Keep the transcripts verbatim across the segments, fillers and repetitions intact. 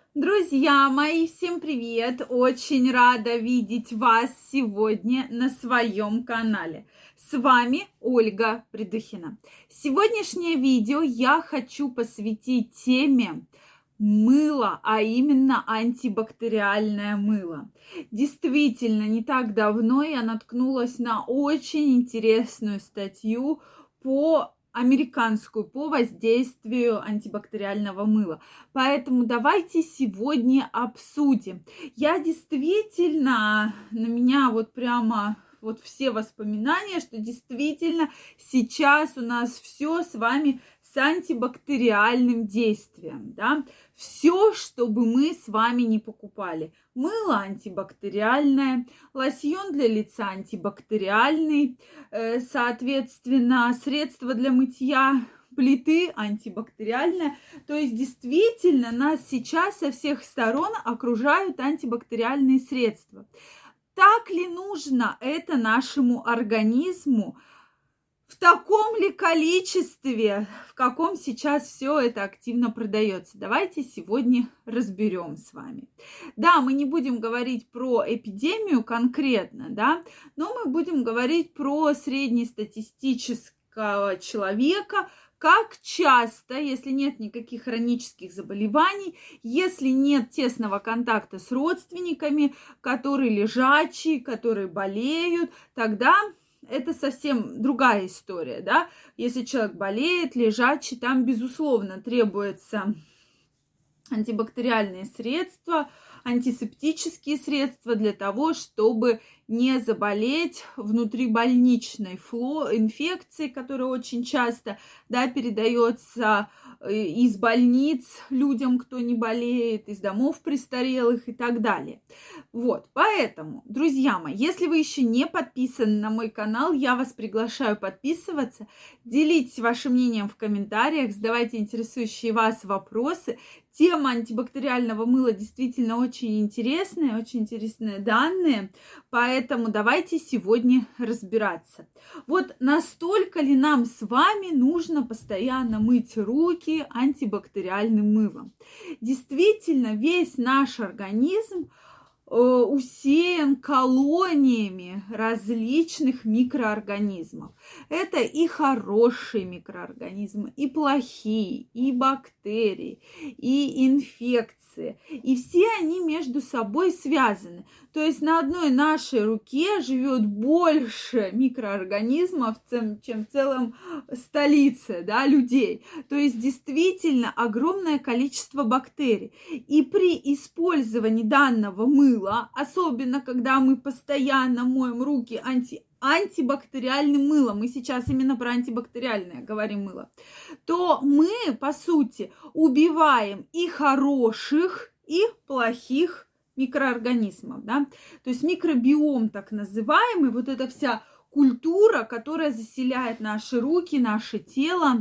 Друзья мои, всем привет! Очень рада видеть вас сегодня на своем канале. С вами Ольга Придухина. Сегодняшнее видео я хочу посвятить теме мыла, а именно антибактериальное мыло. Действительно, не так давно я наткнулась на очень интересную статью по американскую по воздействию антибактериального мыла. Поэтому давайте сегодня обсудим. Я действительно, на меня вот прямо вот все воспоминания, что действительно сейчас у нас все с вами с антибактериальным действием, да, все, чтобы мы с вами не покупали. Мыло антибактериальное, лосьон для лица антибактериальный, э, соответственно, средство для мытья плиты антибактериальное. То есть действительно нас сейчас со всех сторон окружают антибактериальные средства. Так ли нужно это нашему организму? В таком ли количестве, в каком сейчас все это активно продается? Давайте сегодня разберем с вами. Да, мы не будем говорить про эпидемию конкретно, да, но мы будем говорить про среднестатистического человека, как часто, если нет никаких хронических заболеваний, если нет тесного контакта с родственниками, которые лежачие, которые болеют, тогда это совсем другая история, да. Если человек болеет, лежачий, там, безусловно, требуется антибактериальные средства, антисептические средства для того, чтобы не заболеть внутрибольничной фло- инфекцией, которая очень часто, да, передается из больниц людям, кто не болеет, из домов престарелых и так далее. Вот, поэтому, друзья мои, если вы еще не подписаны на мой канал, я вас приглашаю подписываться, делитесь вашим мнением в комментариях, задавайте интересующие вас вопросы. Тема антибактериального мыла действительно очень интересная, очень интересные данные, поэтому давайте сегодня разбираться. Вот настолько ли нам с вами нужно постоянно мыть руки антибактериальным мылом? Действительно, весь наш организм усеян колониями различных микроорганизмов. Это и хорошие микроорганизмы, и плохие, и бактерии, и инфекции. И все они между собой связаны. То есть на одной нашей руке живет больше микроорганизмов, чем в целом столице, да, людей. То есть действительно огромное количество бактерий. И при использовании данного мыла, особенно когда мы постоянно моем руки анти антибактериальным мылом, мы сейчас именно про антибактериальное говорим мыло, то мы, по сути, убиваем и хороших, и плохих микроорганизмов, да, то есть микробиом так называемый, вот эта вся культура, которая заселяет наши руки, наше тело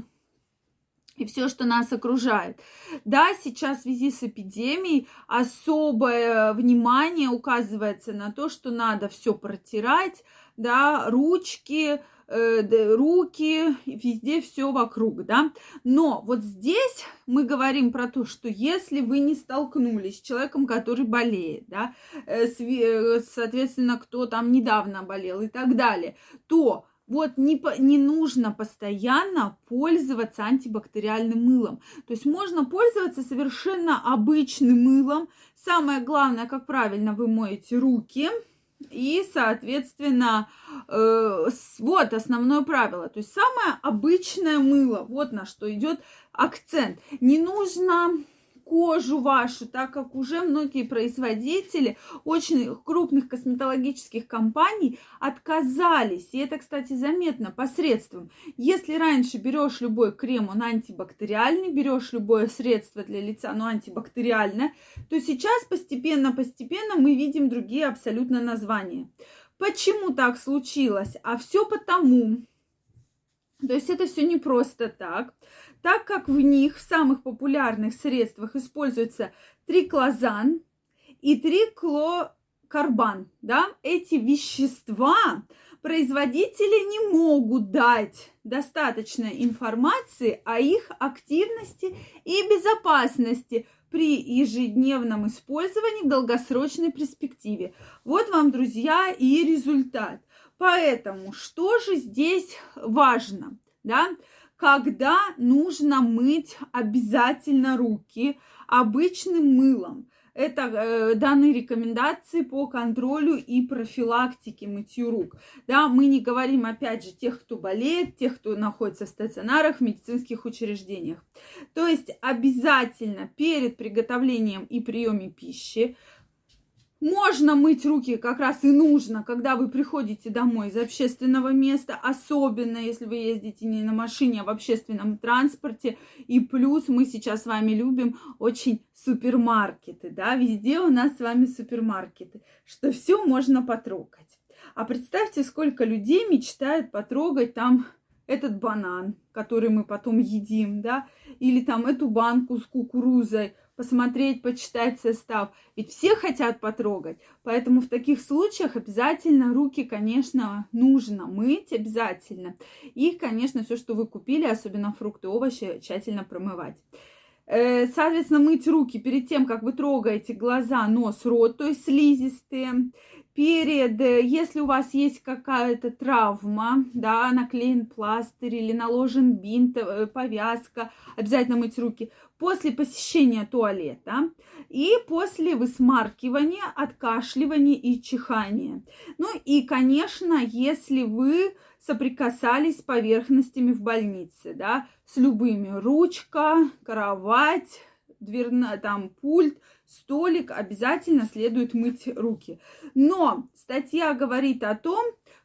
и все, что нас окружает. Да, сейчас в связи с эпидемией особое внимание указывается на то, что надо все протирать, да, ручки, э, руки, везде все вокруг, да. Но вот здесь мы говорим про то, что если вы не столкнулись с человеком, который болеет, да, э, соответственно, кто там недавно болел и так далее, то вот не, не нужно постоянно пользоваться антибактериальным мылом. То есть можно пользоваться совершенно обычным мылом. Самое главное, как правильно вы моете руки. И, соответственно, э, вот основное правило. То есть самое обычное мыло. Вот на что идет акцент. Не нужно кожу вашу, так как уже многие производители очень крупных косметологических компаний отказались, и это, кстати, заметно по средствам. Если раньше берешь любой крем, он антибактериальный, берешь любое средство для лица, оно антибактериальное, то сейчас постепенно-постепенно мы видим другие абсолютно названия. Почему так случилось? А все потому, то есть это все не просто так, так как в них, в самых популярных средствах, используется триклозан и триклокарбан, да, эти вещества производители не могут дать достаточно информации о их активности и безопасности при ежедневном использовании в долгосрочной перспективе. Вот вам, друзья, и результат. Поэтому что же здесь важно, да? Когда нужно мыть обязательно руки обычным мылом. Это э, данные рекомендации по контролю и профилактике мытью рук. Да, мы не говорим, опять же, тех, кто болеет, тех, кто находится в стационарах, в медицинских учреждениях. То есть обязательно перед приготовлением и приемом пищи можно мыть руки как раз и нужно, когда вы приходите домой из общественного места, особенно если вы ездите не на машине, а в общественном транспорте. И плюс мы сейчас с вами любим очень супермаркеты, да, везде у нас с вами супермаркеты, что все можно потрогать. А представьте, сколько людей мечтают потрогать там этот банан, который мы потом едим, да, или там эту банку с кукурузой, посмотреть, почитать состав. Ведь все хотят потрогать. Поэтому в таких случаях обязательно руки, конечно, нужно мыть обязательно. И, конечно, все, что вы купили, особенно фрукты, овощи, тщательно промывать. Соответственно, мыть руки перед тем, как вы трогаете глаза, нос, рот, то есть слизистые. Перед, если у вас есть какая-то травма, да, наклеен пластырь или наложен бинт, повязка, обязательно мыть руки. После посещения туалета и после высмаркивания, откашливания и чихания. Ну и, конечно, если вы соприкасались с поверхностями в больнице, да, с любыми, ручка, кровать, дверная, там, пульт, столик, обязательно следует мыть руки. Но статья говорит о том,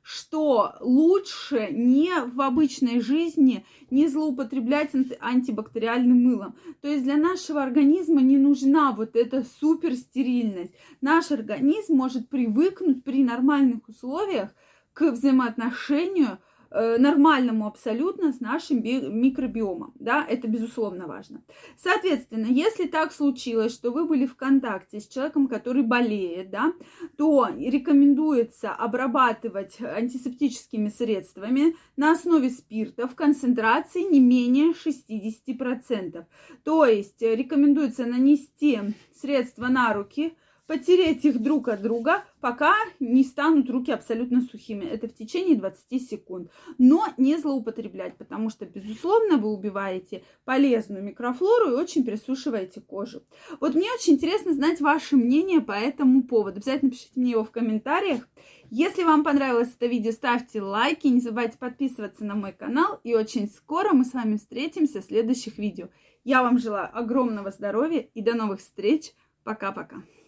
что лучше не в обычной жизни не злоупотреблять антибактериальным мылом. То есть для нашего организма не нужна вот эта суперстерильность. Наш организм может привыкнуть при нормальных условиях к взаимоотношению нормальному абсолютно с нашим микробиомом, да, это безусловно важно. Соответственно, если так случилось, что вы были в контакте с человеком, который болеет, да, то рекомендуется обрабатывать антисептическими средствами на основе спирта в концентрации не менее шестьдесят процентов. То есть рекомендуется нанести средства на руки, потереть их друг от друга, пока не станут руки абсолютно сухими. Это в течение двадцати секунд. Но не злоупотреблять, потому что, безусловно, вы убиваете полезную микрофлору и очень пересушиваете кожу. Вот мне очень интересно знать ваше мнение по этому поводу. Обязательно пишите мне его в комментариях. Если вам понравилось это видео, ставьте лайки, не забывайте подписываться на мой канал. И очень скоро мы с вами встретимся в следующих видео. Я вам желаю огромного здоровья и до новых встреч. Пока-пока.